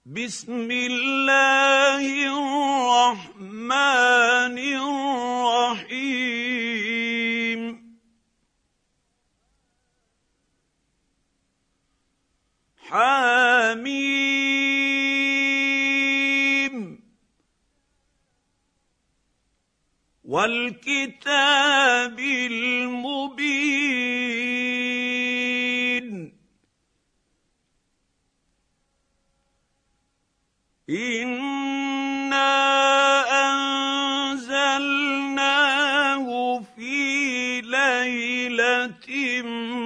بسم الله الرحمن الرحيم حميم والكتاب المبين إنا أنزلناه في ليلة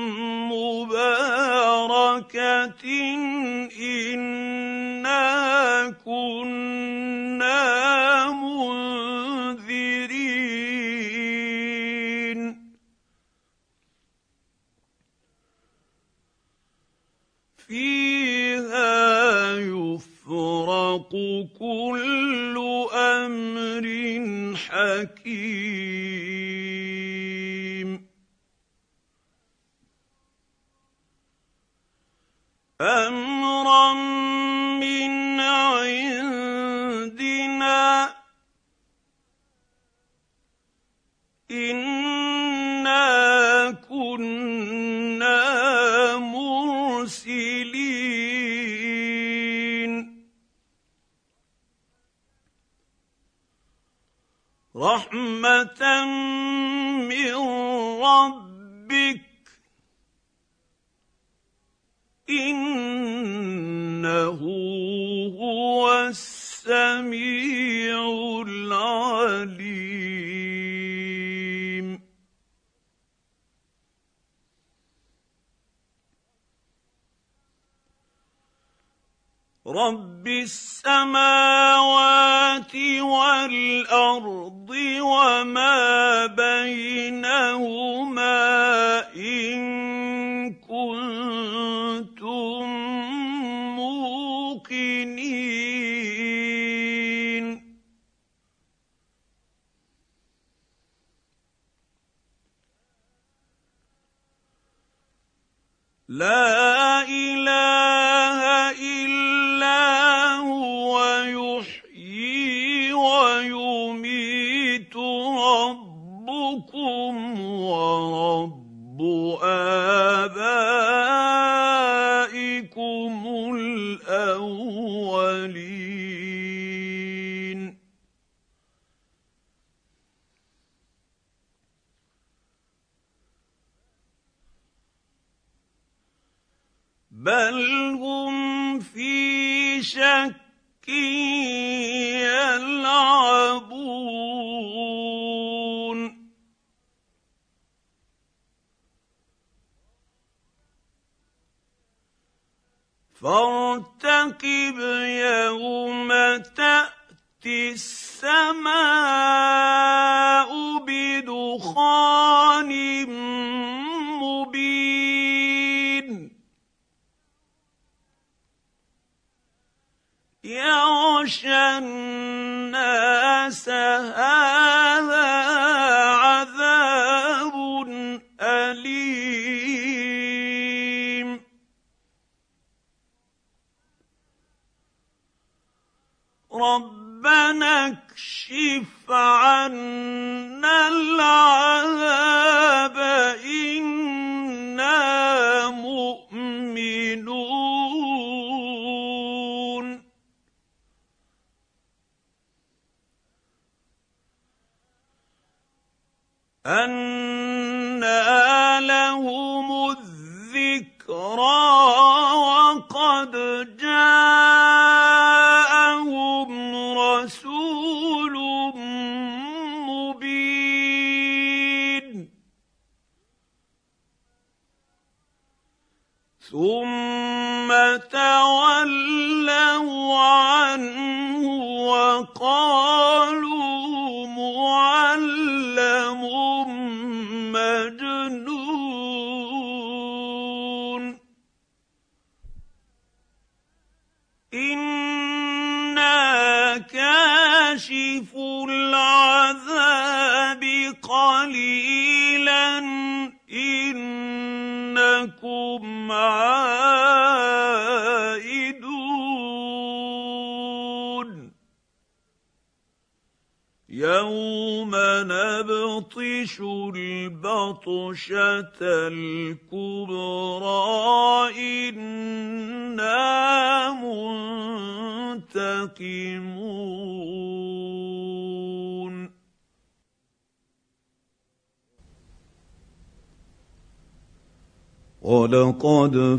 مباركة إنا كنا منذرين فيها يفرق كل أمر حكيم أمرا من عندنا إنا كنا مرسلين رحمة من ربك إنه هو السميع العليم رب السماوات والأرض وما بينهما إن كنتم موقنين لا إله إلا هو يحيي ويميت ربكم ورب آبائكم الأولين بل هم في شك يلعبون فارتقب يوم تأتي السماء بدخان مبين يغشى الناس هذا عذاب أليم ربنا اكشف عنا العذاب إنا مؤمنون أنى لهم الذكرى وقد جاءهم رسول مبين ثم تولوا عنه وقالوا معلم مجنون إنا كاشف العذاب قليلا إنكم عائدون يوم نبطش البطشه الكبرى انا منتقمون ولقد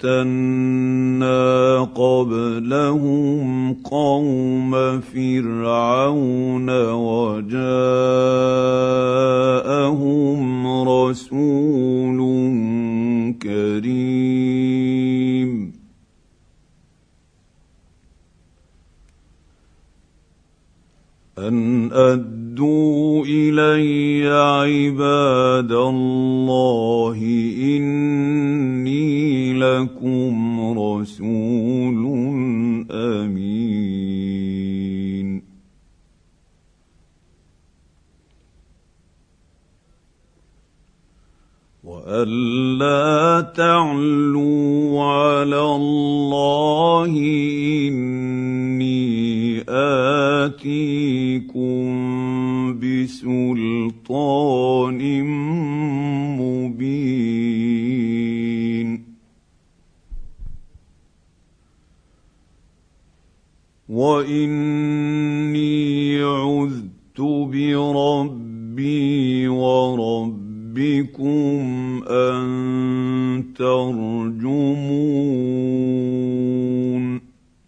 فتنا قبلهم قوم فرعون وجاءهم رسول كريم أن أدوا إلي عباد الله إني لكم رسول أمين وألا تعلوا على الله إني آتيكم بسلطان مبين وإني عذت بربي وربكم أن ترجمون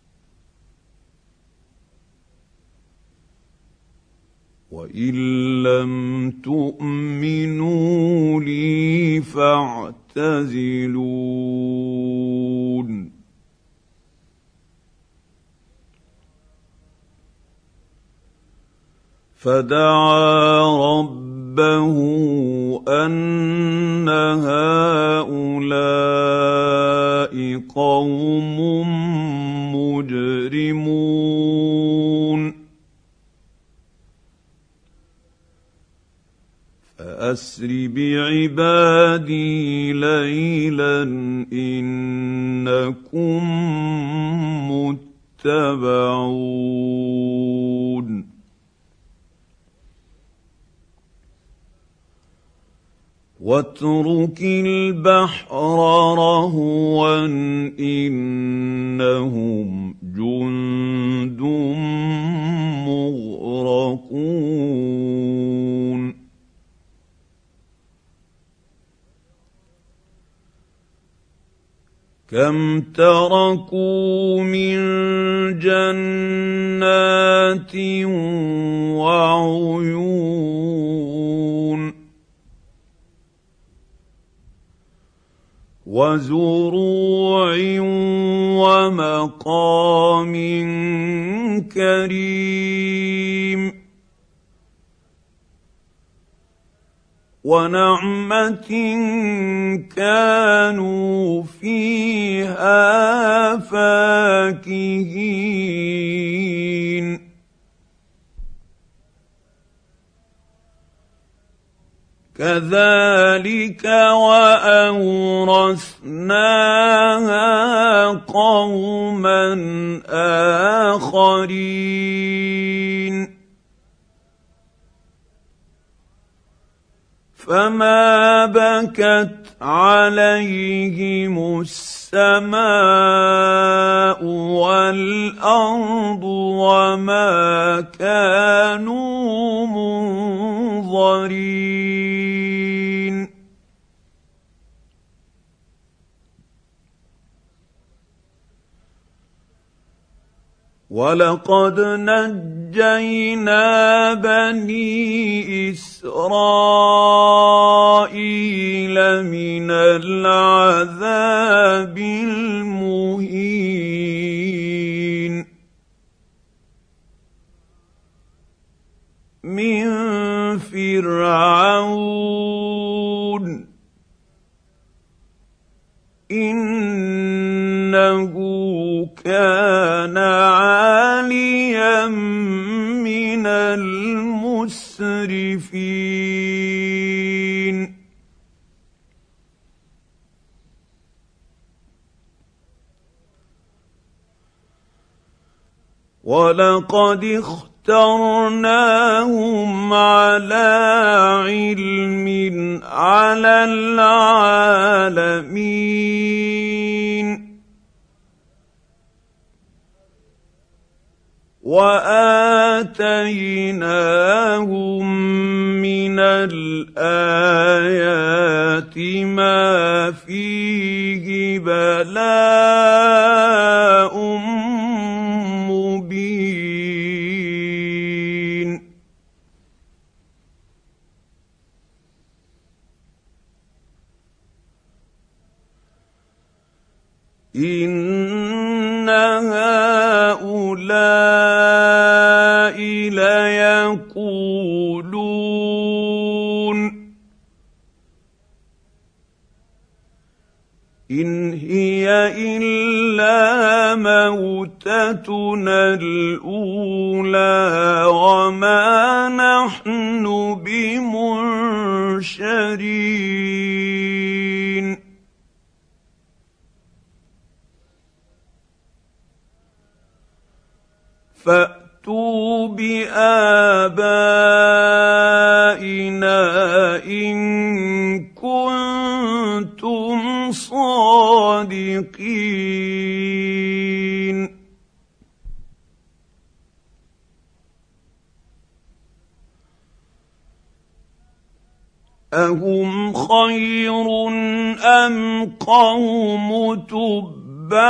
وإن لم تؤمنوا لي فاعتزلون فدعا ربه أن هؤلاء قوم مجرمون فأسر بعبادي ليلا إنكم متبعون واترك البحر رهوا إنهم جند مغرقون كم تركوا من جنات وعيون وزروع ومقام كريم ونعمة كانوا فيها فاكهين كذلك وأورثناها قوما آخرين فما بكت عليهم السماء والأرض وما كانوا منظرين ولقد نجينا بني إسرائيل من العذاب المهين من فرعون إنه كان عاليا من المسرفين ولقد اخترناهم على علم على العالمين واتيناهم من الايات ما فيه بلاء مبين إن هؤلاء ليقولون إن هي إلا موتتنا الأولى وما نحن بمنشرين فأتوا بآبائنا إن كنتم صادقين أهم خير أم قوم تبع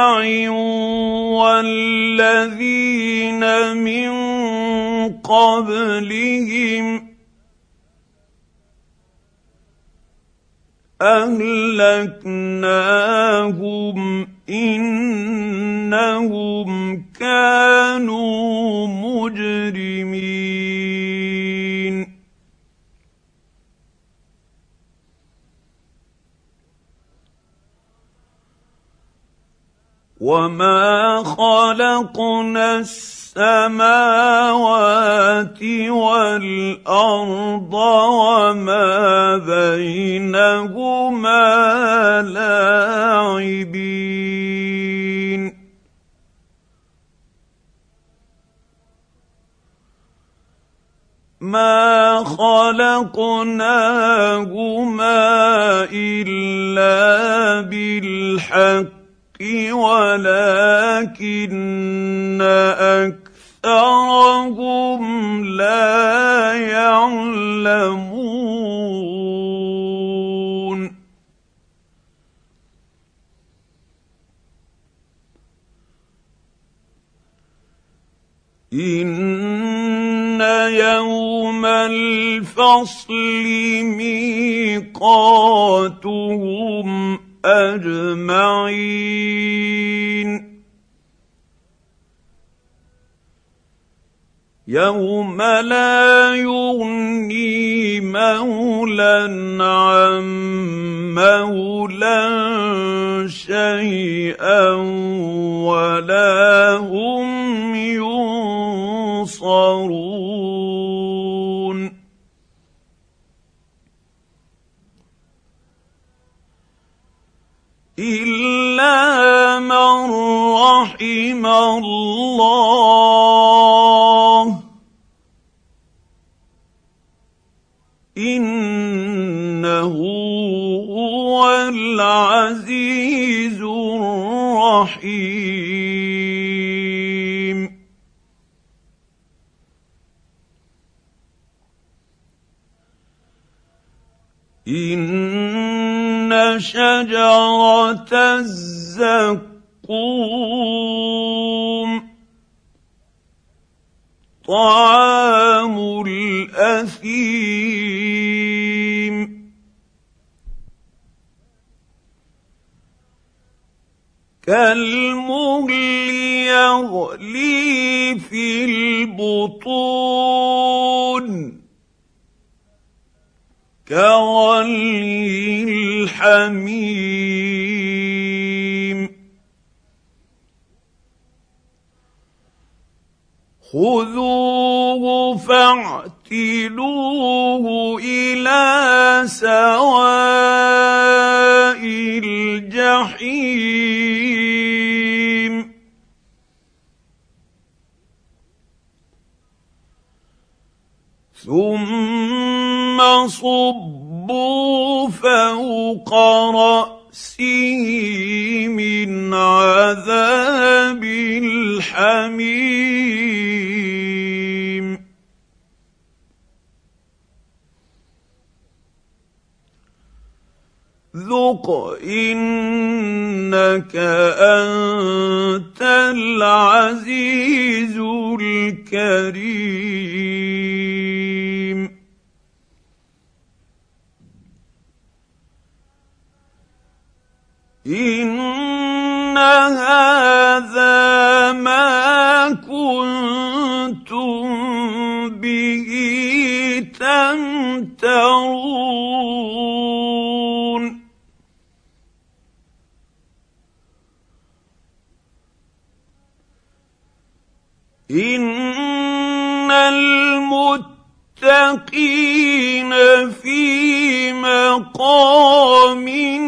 والذين من قبلهم أهلكناهم إنهم كانوا مجرمين وما خلقنا السماوات والأرض وما بينهما لاعبين ما خلقناهما إلا بالحق ولكن أكثرهم لا يعلمون إن يوم الفصل ميقاتهم أجمعين يوم لا يغني مولى عن مولى شيئا ولا هم ينصرون إلا من رحم الله إنه هو العزيز الرحيم إن شجرة الزقوم طعام الأثيم كالمهل يغلي في البطون كغلي الحميم خذوه فاعتلوه إلى سواء الجحيم ثم صبوا فوق راسه من عذاب الحميم ذق انك انت العزيز الكريم ان هذا ما كنتم به تمترون ان المتقين في مقام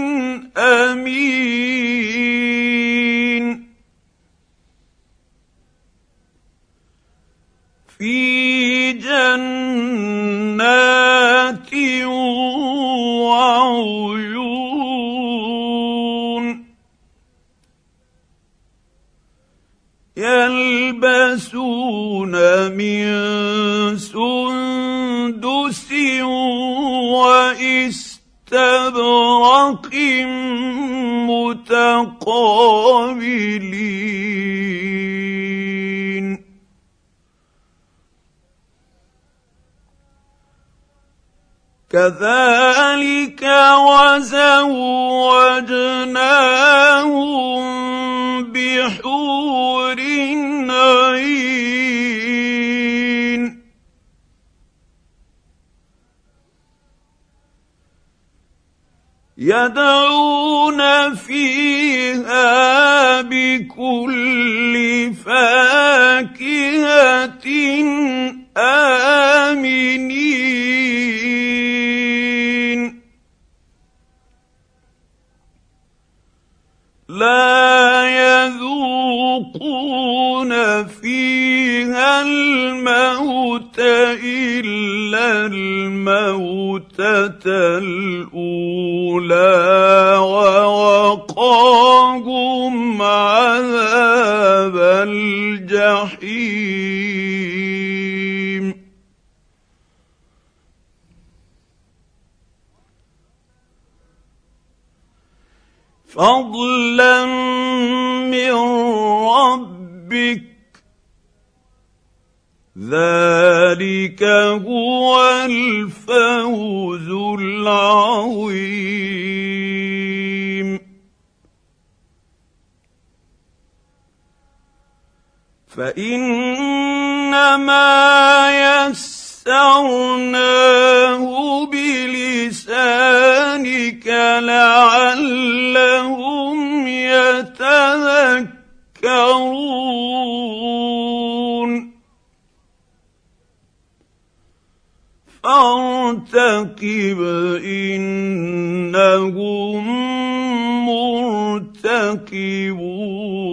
امين في جنات وعيون يلبسون من سندس واستبرق متقابلين كذلك وزوجناهم بحور عين يدعون فيها بكل فاكهة آمنين لا يذوقون فيها الموت إلا الموتة الأولى ووقاهم عذاب الجحيم فضلا من ربك ذلك هو الفوز العظيم فإنما يسرناه بلسانك لعلهم يتذكرون فارتقب إنهم مرتقبون